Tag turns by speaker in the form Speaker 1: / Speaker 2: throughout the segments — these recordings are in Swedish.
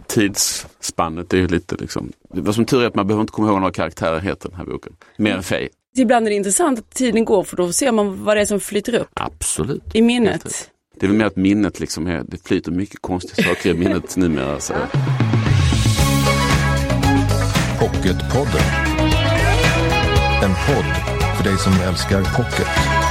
Speaker 1: tidsspannet är ju lite liksom, vad som tur är att man behöver inte komma ihåg några karaktärer heter den här boken, mer än Fej.
Speaker 2: Ibland är det intressant att tiden går, för då ser man vad det är som flyter upp.
Speaker 1: Absolut.
Speaker 2: I minnet.
Speaker 1: Det är väl mer att minnet liksom är, det flyter mycket konstiga saker i minnet numera. Så.
Speaker 3: Pocketpodden. En podd för dig som älskar pocket.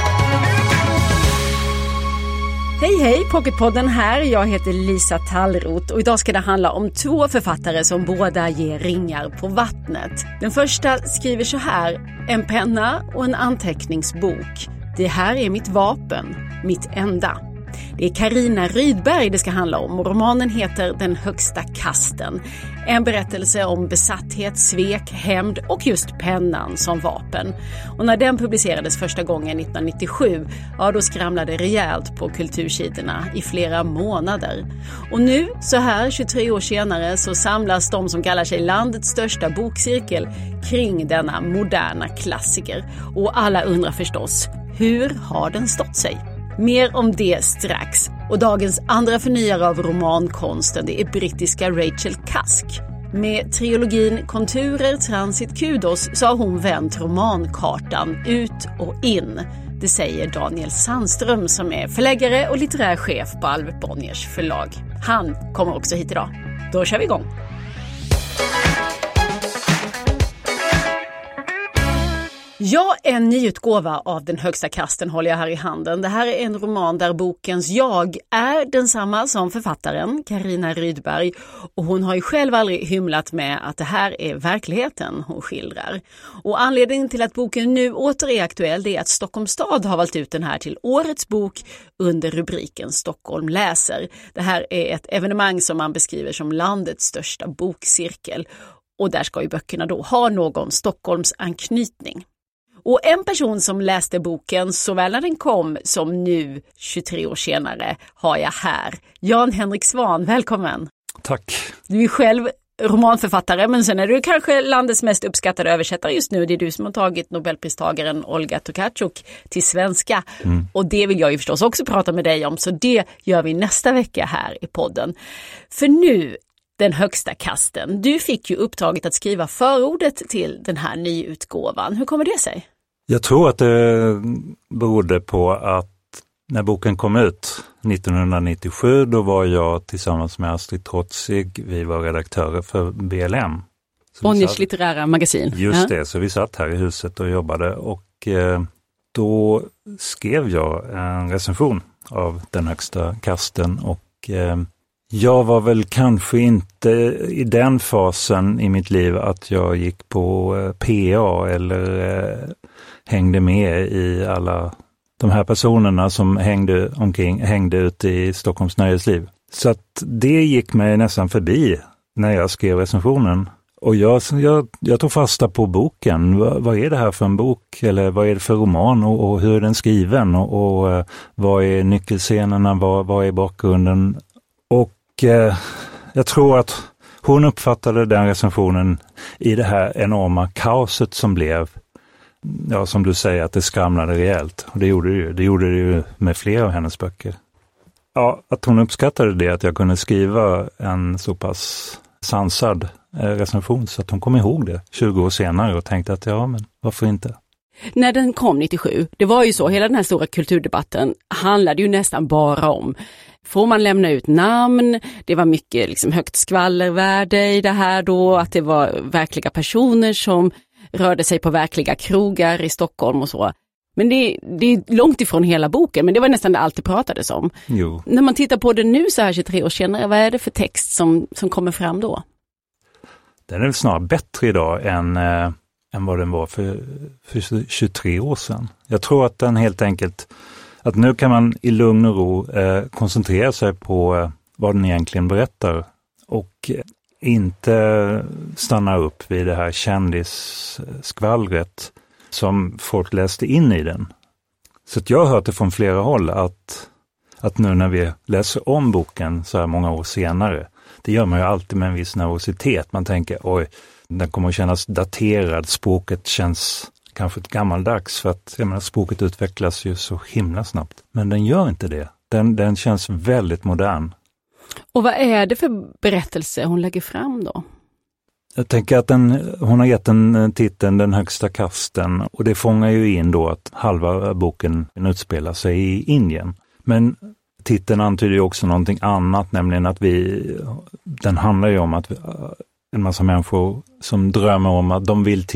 Speaker 2: Hej, Pocketpodden här. Jag heter Lisa Tallroth och idag ska det handla om 2 författare som båda ger ringar på vattnet. Den första skriver så här: en penna och en anteckningsbok. Det här är mitt vapen, mitt enda. Det är Carina Rydberg det ska handla om och romanen heter Den högsta kasten. En berättelse om besatthet, svek, hämnd och just pennan som vapen. Och när den publicerades första gången 1997, ja då skramlade rejält på kultursidorna i flera månader. Och nu, så här 23 år senare, så samlas de som kallar sig landets största bokcirkel kring denna moderna klassiker. Och alla undrar förstås, hur har den stått sig? Mer om det strax. Och dagens andra förnyare av romankonsten, det är brittiska Rachel Cusk. Med trilogin Konturer, Transit, Kudos så har hon vänt romankartan ut och in. Det säger Daniel Sandström som är förläggare och litterär chef på Albert Bonniers förlag. Han kommer också hit idag. Då kör vi igång. Ja, en nyutgåva av Den högsta kasten håller jag här i handen. Det här är en roman där bokens jag är densamma som författaren, Carina Rydberg. Och hon har ju själv aldrig hymlat med att det här är verkligheten hon skildrar. Och anledningen till att boken nu åter är aktuell är att Stockholms stad har valt ut den här till årets bok under rubriken Stockholm läser. Det här är ett evenemang som man beskriver som landets största bokcirkel. Och där ska ju böckerna då ha någon Stockholms anknytning. Och en person som läste boken såväl när den kom som nu 23 år senare har jag här. Jan-Henrik Svan, välkommen.
Speaker 4: Tack.
Speaker 2: Du är själv romanförfattare, men sen är du kanske landets mest uppskattade översättare just nu. Det är du som har tagit Nobelpristagaren Olga Tokarczuk till svenska. Och det vill jag ju förstås också prata med dig om, så det gör vi nästa vecka här i podden. För nu, Den högsta kasten. Du fick ju uppdraget att skriva förordet till den här nyutgåvan. Hur kommer det sig?
Speaker 4: Jag tror att det berodde på att när boken kom ut 1997, då var jag tillsammans med Astrid Trotzig, vi var redaktörer för BLM.
Speaker 2: Bonniers litterära magasin.
Speaker 4: Just det, så vi satt här i huset och jobbade och då skrev jag en recension av Den högsta kasten och jag var väl kanske inte i den fasen i mitt liv att jag gick på PA eller hängde med i alla de här personerna som hängde ut i Stockholms nöjesliv. Så att det gick mig nästan förbi när jag skrev recensionen. Och jag tog fasta på boken. Vad är det här för en bok? Eller vad är det för roman? Och hur är den skriven? Och vad är nyckelscenerna? Vad är bakgrunden? Och jag tror att hon uppfattade den recensionen i det här enorma kaoset som blev, ja som du säger, att det skramlade rejält. Och det gjorde det ju med flera av hennes böcker. Ja, att hon uppskattade det, att jag kunde skriva en så pass sansad recension så att hon kom ihåg det 20 år senare och tänkte att ja, men varför inte?
Speaker 2: När den kom 97, det var ju så, hela den här stora kulturdebatten handlade ju nästan bara om, får man lämna ut namn? Det var mycket liksom högt skvallervärde i det här då, att det var verkliga personer som rörde sig på verkliga krogar i Stockholm och så. Men det är långt ifrån hela boken, men det var nästan allt det pratades om.
Speaker 4: Jo.
Speaker 2: När man tittar på den nu så här 23 år senare, vad är det för text som kommer fram då?
Speaker 4: Den är väl snarare bättre idag än vad den var för 23 år sedan. Jag tror att den helt enkelt, att nu kan man i lugn och ro koncentrera sig på vad den egentligen berättar och inte stanna upp vid det här kändisskvallret som folk läste in i den. Så att jag har hört det från flera håll att nu när vi läser om boken så här många år senare, det gör man ju alltid med en viss nervositet. Man tänker, oj, den kommer att kännas daterad, språket känns kanske gammaldags för att jag menar, språket utvecklas ju så himla snabbt. Men den gör inte det. Den känns väldigt modern.
Speaker 2: Och vad är det för berättelse hon lägger fram då?
Speaker 4: Jag tänker att hon har gett den titeln Den högsta kasten, och det fångar ju in då att halva boken utspelar sig i Indien. Men titeln antyder ju också någonting annat, nämligen att den handlar ju om att en massa människor som drömmer om att de vill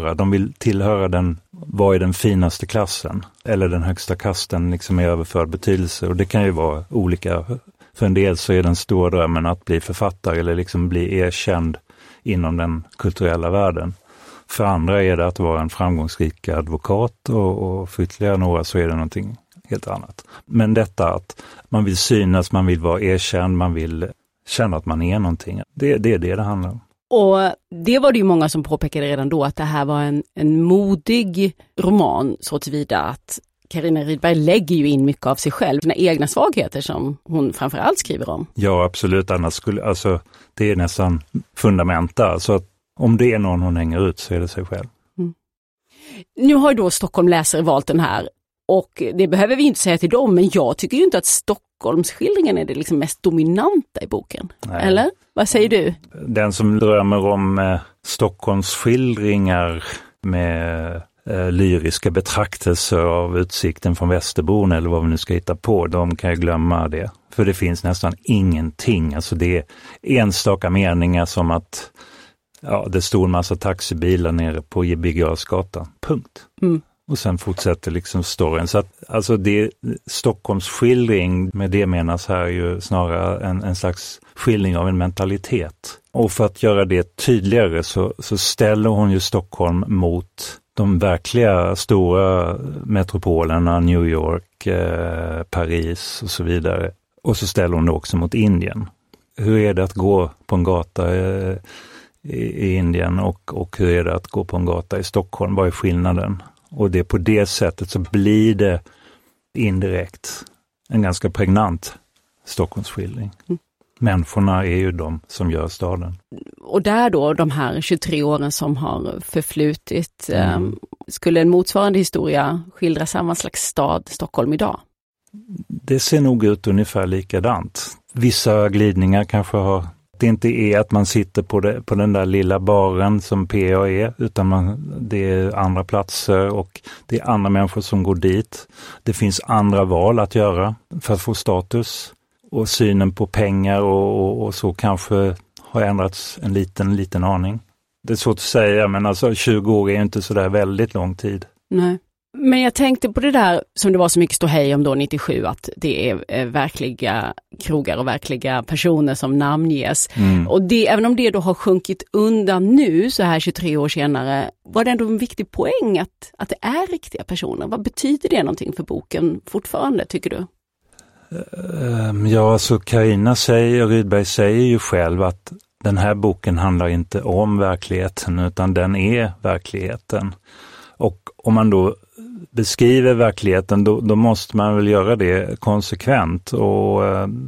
Speaker 4: tillhöra vad är den finaste klassen, eller den högsta kasten liksom i överförd betydelse. Och det kan ju vara olika. För en del så är den stora drömmen att bli författare eller liksom bli erkänd inom den kulturella världen. För andra är det att vara en framgångsrik advokat, och för ytterligare några så är det någonting helt annat. Men detta att man vill synas, man vill vara erkänd, man vill känna att man är någonting. Det är det handlar om.
Speaker 2: Och det var det ju många som påpekade redan då, att det här var en modig roman, så tillvida att Carina Rydberg lägger ju in mycket av sig själv, sina egna svagheter som hon framförallt skriver om.
Speaker 4: Ja, absolut. Annars det är nästan fundamenta. Så att om det är någon hon hänger ut så är det sig själv.
Speaker 2: Mm. Nu har ju då Stockholm läsare valt den här, och det behöver vi inte säga till dem, men jag tycker ju inte att Stockholmsskildringen är det liksom mest dominanta i boken. Nej. Eller? Vad säger du?
Speaker 4: Den som drömmer om Stockholmsskildringar med lyriska betraktelser av utsikten från Västerbron eller vad vi nu ska hitta på, de kan ju glömma det. För det finns nästan ingenting. Alltså det är enstaka meningar som att det stod en massa taxibilar nere på Birger Jarlsgatan. Punkt. Mm. Och sen fortsätter liksom storyn. Så att, alltså det Stockholms skildring, med det menas här ju snarare en slags skildring av en mentalitet. Och för att göra det tydligare så ställer hon ju Stockholm mot de verkliga stora metropolerna, New York, Paris och så vidare. Och så ställer hon det också mot Indien. Hur är det att gå på en gata i Indien och hur är det att gå på en gata i Stockholm? Vad är skillnaden? Och det på det sättet så blir det indirekt en ganska pregnant Stockholmsskildring. Mm. Människorna är ju de som gör staden. Och
Speaker 2: där då, de här 23 åren som har förflutit, skulle en motsvarande historia skildra samma slags stad, Stockholm, idag?
Speaker 4: Det ser nog ut ungefär likadant. Vissa glidningar kanske har... Det inte är att man sitter på den där lilla baren som PA är, utan det är andra platser och det är andra människor som går dit. Det finns andra val att göra för att få status. Och synen på pengar och så kanske har ändrats en liten aning. Det är svårt att säga, men alltså 20 år är inte så där väldigt lång tid.
Speaker 2: Nej. Men jag tänkte på det där som det var så mycket ståhej om då 97, att det är verkliga krogar och verkliga personer som namnges. Mm. Och även om det då har sjunkit undan nu så här 23 år senare, var det ändå en viktig poäng att det är riktiga personer? Vad betyder det någonting för boken fortfarande, tycker du?
Speaker 4: Ja, alltså Carina Rydberg säger ju själv att den här boken handlar inte om verkligheten utan den är verkligheten. Och om man då beskriver verkligheten då måste man väl göra det konsekvent och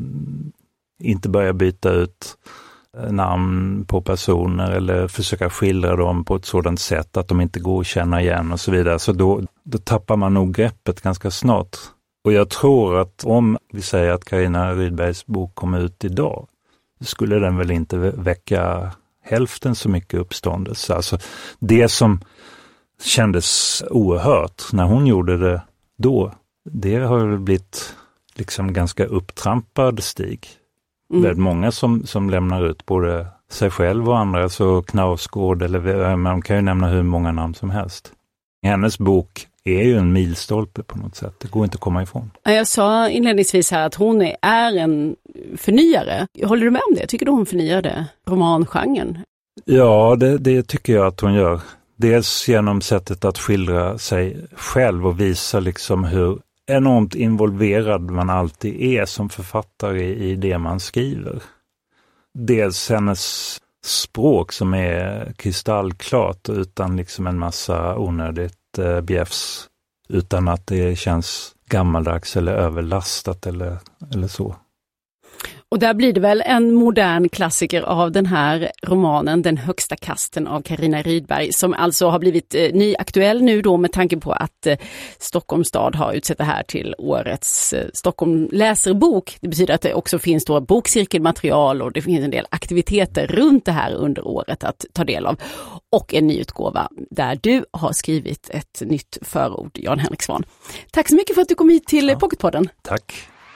Speaker 4: inte börja byta ut namn på personer eller försöka skildra dem på ett sådant sätt att de inte går att känna igen och så vidare. Så då tappar man nog greppet ganska snart. Och jag tror att om vi säger att Carina Rydbergs bok kommer ut idag, skulle den väl inte väcka hälften så mycket uppståndelse. Alltså det som kändes oerhört när hon gjorde det då, det har väl blivit liksom ganska upptrampad stig. Mm. Väldigt många som lämnar ut både sig själv och andra, så Knausgård eller man kan ju nämna hur många namn som helst. Hennes bok är ju en milstolpe på något sätt. Det går inte att komma ifrån.
Speaker 2: Jag sa inledningsvis här att hon är en förnyare. Håller du med om det? Tycker du hon förnyade romangenren?
Speaker 4: Ja, det tycker jag att hon gör. Dels genom sättet att skildra sig själv och visa liksom hur enormt involverad man alltid är som författare i det man skriver. Dels hennes språk som är kristallklart utan liksom en massa onödigt bjäfs, utan att det känns gammaldags eller överlastat eller så.
Speaker 2: Och där blir det väl en modern klassiker av den här romanen, Den högsta kasten av Carina Rydberg, som alltså har blivit nyaktuell nu då med tanke på att Stockholms stad har utsett det här till årets Stockholm läserbok. Det betyder att det också finns då bokcirkelmaterial och det finns en del aktiviteter runt det här under året att ta del av. Och en ny utgåva där du har skrivit ett nytt förord, Jan-Henrik Svahn. Tack så mycket för att du kom hit till Pocketpodden.
Speaker 4: Tack.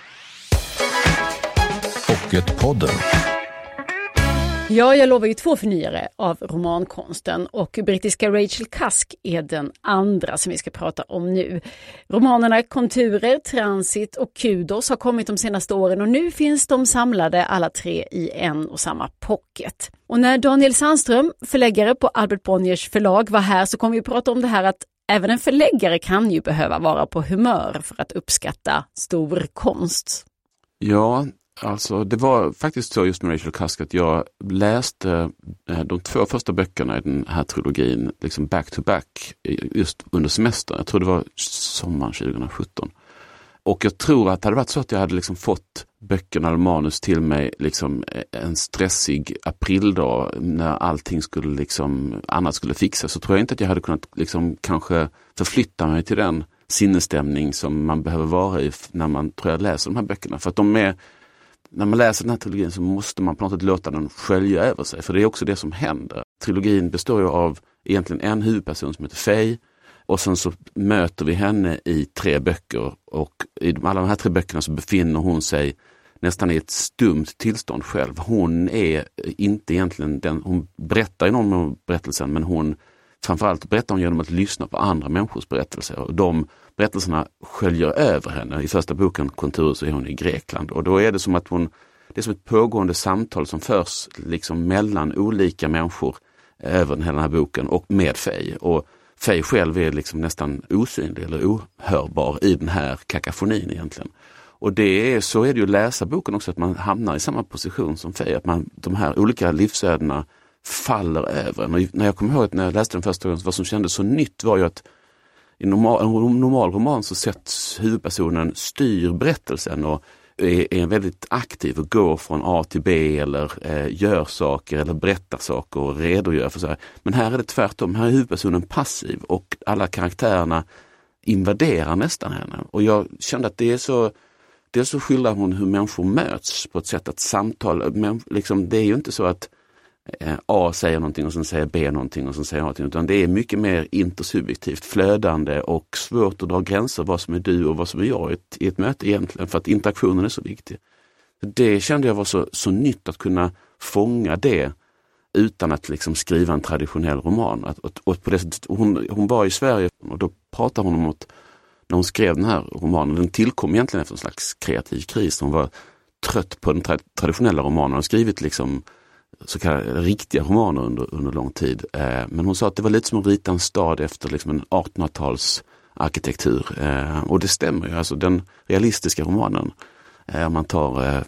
Speaker 3: Pocketpodden.
Speaker 2: Ja, jag lovar ju 2 förnyare av romankonsten och brittiska Rachel Cusk är den andra som vi ska prata om nu. Romanerna Konturer, Transit och Kudos har kommit de senaste åren och nu finns de samlade alla 3 i en och samma pocket. Och när Daniel Sandström, förläggare på Albert Bonniers förlag, var här så kom vi att prata om det här att även en förläggare kan ju behöva vara på humör för att uppskatta stor konst.
Speaker 1: Ja, alltså det var faktiskt så just med Rachel Cusk att jag läste de 2 första böckerna i den här trilogin liksom back to back just under semestern. Jag tror det var sommaren 2017. Och jag tror att det hade varit så att jag hade liksom fått böckerna eller manus till mig liksom en stressig aprildag när allting skulle liksom annat skulle fixas, så tror jag inte att jag hade kunnat liksom kanske förflytta mig till den sinnesstämning som man behöver vara i när man tror jag läser de här böckerna. För att när man läser den här trilogin så måste man på något sätt låta den skölja över sig. För det är också det som händer. Trilogin består ju av egentligen en huvudperson som heter Faye. Och sen så möter vi henne i 3 böcker. Och i alla de här 3 böckerna så befinner hon sig nästan i ett stumt tillstånd själv. Hon är inte egentligen den, hon berättar i någon berättelsen, men hon framförallt berättar hon genom att lyssna på andra människors berättelser. Och de berättelserna sköljer över henne. I första boken Konturer så är hon i Grekland. Och då är det som att det är som ett pågående samtal som förs liksom mellan olika människor över den här boken och med Faye. Och Faye själv är liksom nästan osynlig eller ohörbar i den här kakafonin egentligen. Och så är det ju att läsa boken också, att man hamnar i samma position som Faye. Att de här olika livsödena faller över. När jag kommer ihåg att när jag läste den första gången, vad som kändes så nytt var ju att i en normal roman så sätts huvudpersonen styr berättelsen och är väldigt aktiv och går från A till B eller gör saker eller berättar saker och redogör för så här. Men här är det tvärtom, här är huvudpersonen passiv och alla karaktärerna invaderar nästan henne. Och jag kände att det är så skildrar hon hur människor möts på ett sätt att samtala, men liksom, det är ju inte så att A säger någonting och sen säger B någonting och sen säger A någonting, utan det är mycket mer intersubjektivt, flödande och svårt att dra gränser vad som är du och vad som är jag i ett möte egentligen, för att interaktionen är så viktig. Det kände jag var så nytt att kunna fånga det utan att liksom skriva en traditionell roman. Och på det sättet, hon var i Sverige och då pratade hon om att när hon skrev den här romanen, den tillkom egentligen efter en slags kreativ kris. Hon var trött på den traditionella romanen och skrivit liksom så kallade riktiga romaner under lång tid. Men hon sa att det var lite som att rita en stad efter liksom en 1800-tals arkitektur. Och det stämmer ju. Alltså den realistiska romanen, om man tar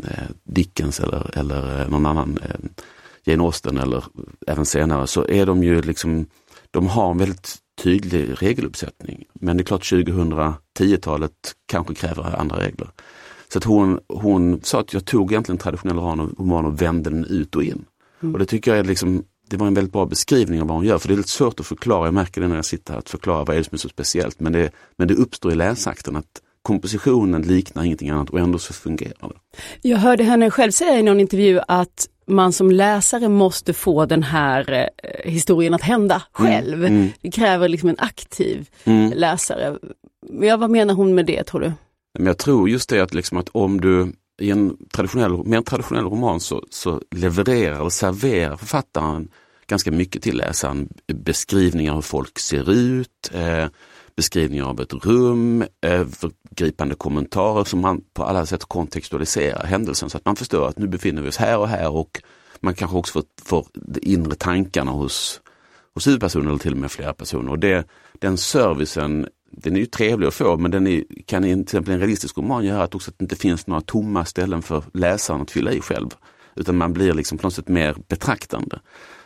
Speaker 1: Dickens eller någon annan, Jane Austen eller även senare, så är de ju liksom, de har en väldigt tydlig regeluppsättning. Men det är klart 2010-talet kanske kräver andra regler. Så att hon sa att jag tog egentligen traditionell roman och vände den ut och in. Och det tycker jag är liksom, det var en väldigt bra beskrivning av vad hon gör. För det är lite svårt att förklara, jag märker det när jag sitter här, att förklara vad är det som är så speciellt. Men det uppstår i läsakten att kompositionen liknar ingenting annat och ändå så fungerar det. Jag
Speaker 2: hörde henne själv säga i någon intervju att man som läsare måste få den här historien att hända själv. Det kräver liksom en aktiv läsare. Vad menar hon med det, tror du?
Speaker 1: Men jag tror just det att om du i en mer traditionell roman så levererar och serverar författaren ganska mycket till läsaren. Beskrivningar av hur folk ser ut, beskrivningar av ett rum, övergripande kommentarer som man på alla sätt kontextualiserar händelsen så att man förstår att nu befinner vi oss här och man kanske också får de inre tankarna hos huvudpersoner eller till och med flera personer. Och den servicen, den är ju trevlig att få, men kan till exempel en realistisk roman göra att också att det inte finns några tomma ställen för läsaren att fylla i själv. Utan man blir liksom på något sätt mer betraktande.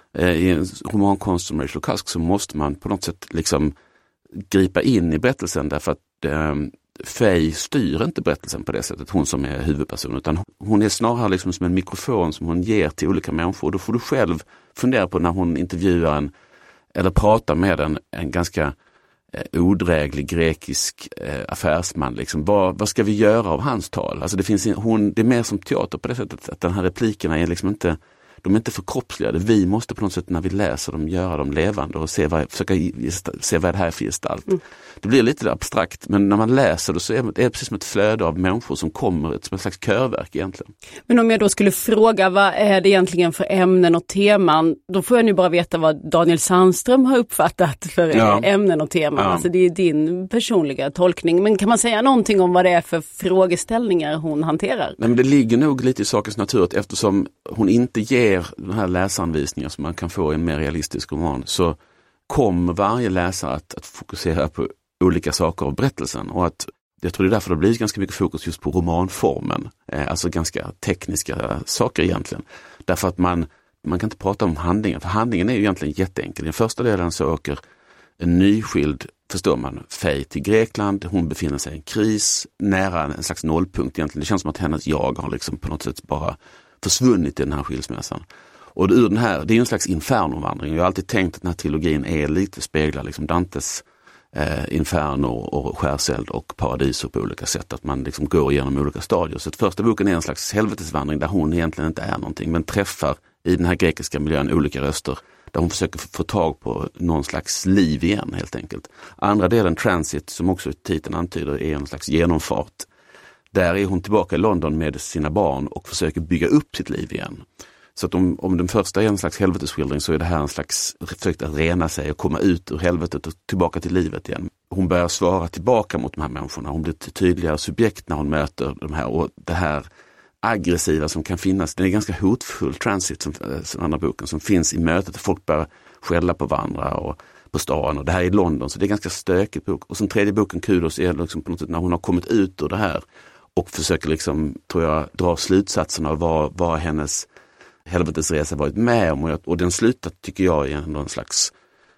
Speaker 1: I en romankonst som Rachel Cusk så måste man på något sätt liksom gripa in i berättelsen därför att Faye styr inte berättelsen på det sättet, hon som är huvudperson, utan hon är snarare liksom som en mikrofon som hon ger till olika människor. Då får du själv fundera på när hon intervjuar eller pratar med en ganska odräglig grekisk affärsman. Liksom. Vad ska vi göra av hans tal? Alltså det är mer som teater på det sättet att de här replikerna är liksom inte, de är inte förkroppsligade. Vi måste på något sätt när vi läser dem göra dem levande och försöka se vad det här är för gestalt. Det blir lite abstrakt, men när man läser det så är det precis som ett flöde av människor som kommer, som ett slags körverk egentligen.
Speaker 2: Men om jag då skulle fråga vad är det egentligen för ämnen och teman, då får jag nu bara veta vad Daniel Sandström har uppfattat för ämnen och teman. Ja. Alltså det är din personliga tolkning. Men kan man säga någonting om vad det är för frågeställningar hon hanterar?
Speaker 1: Nej, men det ligger nog lite i sakens natur eftersom hon inte ger den här läsanvisningar som man kan få i en mer realistisk roman, så kommer varje läsare att fokusera på olika saker av berättelsen, och att jag tror det är därför det blir ganska mycket fokus just på romanformen, alltså ganska tekniska saker egentligen, därför att man kan inte prata om handlingen, för handlingen är ju egentligen jätteenkel. I den första delen så åker en nyskild, förstår man, Faye till Grekland, hon befinner sig i en kris, nära en slags nollpunkt egentligen. Det känns som att hennes jag har liksom på något sätt bara försvunnit i den här skilsmässan. Och ur den här, det är ju en slags infernovandring. Jag har alltid tänkt att den här trilogin är lite speglar liksom Dantes Inferno och Skärseld och Paradiso på olika sätt. Att man liksom går igenom olika stadier. Så att första boken är en slags helvetesvandring där hon egentligen inte är någonting, men träffar i den här grekiska miljön olika röster där hon försöker få tag på någon slags liv igen helt enkelt. Andra delen, Transit, som också titeln antyder, är en slags genomfart. Där är hon tillbaka i London med sina barn och försöker bygga upp sitt liv igen. Så att om den första är en slags helvetesskildring så är det här en slags försök att rena sig och komma ut ur helvetet och tillbaka till livet igen. Hon börjar svara tillbaka mot de här människorna. Hon blir tydligare subjekt när hon möter de här, och det här aggressiva som kan finnas. Den är ganska hotfull, Transit, som andra boken, som finns i mötet där folk börjar skälla på varandra och på stan, och det här är i London, så det är ganska stökigt bok. Och sen tredje boken, Kudos, är liksom på något sätt när hon har kommit ut ur det här och försöker liksom, tror jag, dra slutsatserna av vad hennes helvetesresa varit med om, och den slutar, tycker jag, i någon slags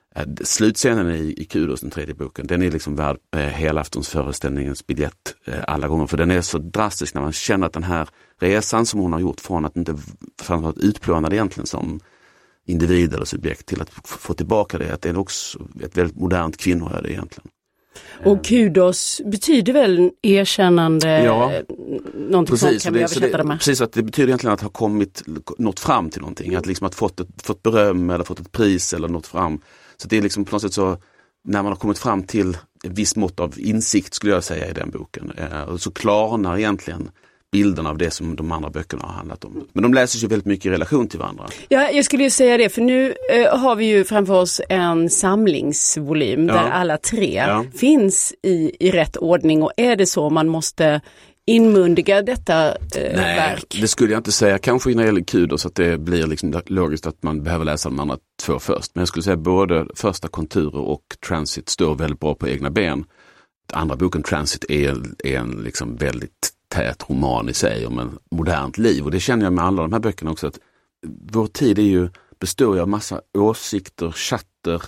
Speaker 1: slutscenen i Kudos, den tredje boken, den är liksom värd helaftonsföreställningens biljett alla gånger, för den är så drastisk när man känner att den här resan som hon har gjort från att inte vara utplånad egentligen som individ eller subjekt till att få tillbaka det, att det är också ett väldigt modernt kvinnoöde egentligen.
Speaker 2: Och kudos betyder väl erkännande, någonting
Speaker 1: precis,
Speaker 2: som kan vi översätta det med?
Speaker 1: Precis, att det betyder egentligen att ha nått fram till någonting, att liksom fått beröm eller fått ett pris eller nått fram. Så det är liksom på något sätt så, när man har kommit fram till ett visst mått av insikt, skulle jag säga, i den boken, så klarnar egentligen bilden av det som de andra böckerna har handlat om. Men de läses ju väldigt mycket i relation till varandra. Ja,
Speaker 2: jag skulle ju säga det, för nu har vi ju framför oss en samlingsvolym där alla tre finns i rätt ordning, och är det så man måste inmundiga detta verk?
Speaker 1: Nej, det skulle jag inte säga. Kanske när det gäller Kudos att det blir liksom logiskt att man behöver läsa de andra två först. Men jag skulle säga både första Konturer och Transit står väldigt bra på egna ben. Andra boken, Transit, är en liksom väldigt tät roman i sig om en modernt liv, och det känner jag med alla de här böckerna också, att vår tid består ju av massa åsikter, chatter,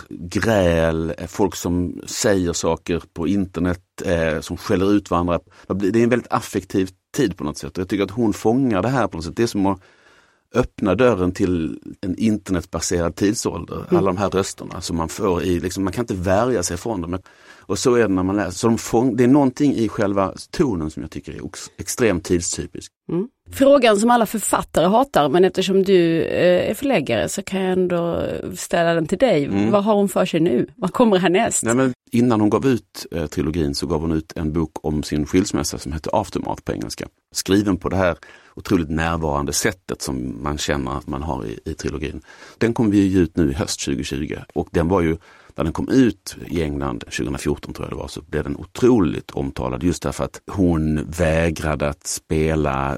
Speaker 1: gräl, folk som säger saker på internet, som skäller ut varandra. Det är en väldigt affektiv tid på något sätt, och jag tycker att hon fångar det här på något sätt. Det är som att öppna dörren till en internetbaserad tidsålder. Alla de här rösterna som man får i, liksom, man kan inte värja sig från dem. Och så är det när man läser. Så det är någonting i själva tonen som jag tycker är extremt tidstypisk.
Speaker 2: Mm. Frågan som alla författare hatar, men eftersom du är förläggare så kan jag ändå ställa den till dig. Vad har hon för sig nu? Vad kommer härnäst?
Speaker 1: Nej, men innan hon gav ut trilogin så gav hon ut en bok om sin skilsmässa som heter Aftermath på engelska. Skriven på det här otroligt närvarande sättet som man känner att man har i trilogin. Den kommer vi ut nu i höst 2020, och den var ju, när den kom ut i England 2014 tror jag det var, så blev den otroligt omtalad just därför att hon vägrade att spela.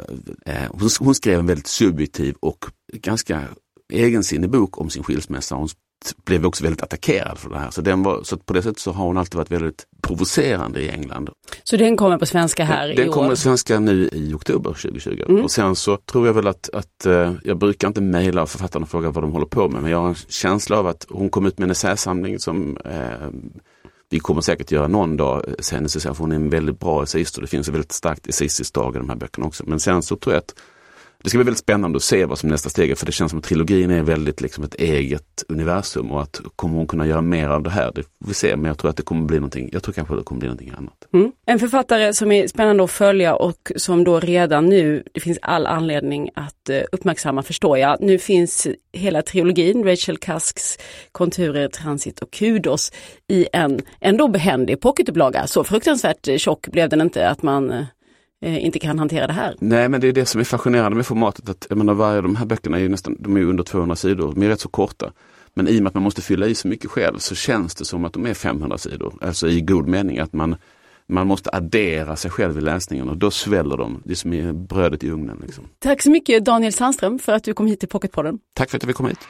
Speaker 1: Hon skrev en väldigt subjektiv och ganska egensinnig bok om sin skilsmässa. Hon blev också väldigt attackerad för det här. Så på det sättet så har hon alltid varit väldigt provocerande i England.
Speaker 2: Så den kommer på svenska här i år?
Speaker 1: Den kommer på svenska nu i oktober 2020. Och sen så tror jag väl att jag brukar inte mejla författarna och fråga vad de håller på med, men jag har en känsla av att hon kom ut med en essäsamling som vi kommer säkert göra någon dag sen, för hon är en väldigt bra essayist och det finns ett väldigt starkt essayistiskt drag i de här böckerna också. Men sen så tror jag att det ska bli väldigt spännande att se vad som nästa steg är, för det känns som att trilogin är väldigt liksom ett eget universum, och att kommer hon kunna göra mer av det här, det får vi se, men jag tror att det kommer bli någonting, jag tror kanske det kommer bli någonting annat.
Speaker 2: En författare som är spännande att följa och som då redan nu, det finns all anledning att uppmärksamma, förstår jag. Nu finns hela trilogin, Rachel Cusks Konturer, Transit och Kudos, i en ändå behändig pocketupplaga. Så fruktansvärt tjock blev den inte att man inte kan hantera det här.
Speaker 1: Nej, men det är det som är fascinerande med formatet, att jag menar, varje de här böckerna är ju nästan, de är ju under 200 sidor, de är rätt så korta. Men i och med att man måste fylla i så mycket själv så känns det som att de är 500 sidor. Alltså i god mening att man måste addera sig själv i läsningen, och då sväller de. Det är som är brödet i ugnen. Liksom.
Speaker 2: Tack så mycket Daniel Sandström för att du kom hit till Pocketpodden.
Speaker 1: Tack för att vi kom hit.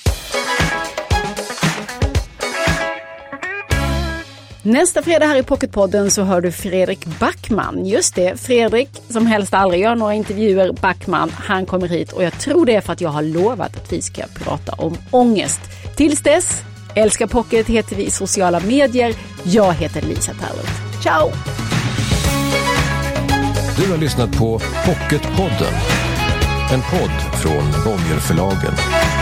Speaker 2: Nästa fredag här i Pocketpodden så hör du Fredrik Backman. Just det, Fredrik som helst aldrig gör några intervjuer. Backman, han kommer hit och jag tror det är för att jag har lovat att vi ska prata om ångest. Tills dess, älska Pocket heter vi i sociala medier. Jag heter Lisa Tallroth. Ciao!
Speaker 3: Du har lyssnat på Pocketpodden. En podd från Bonnierförlagen.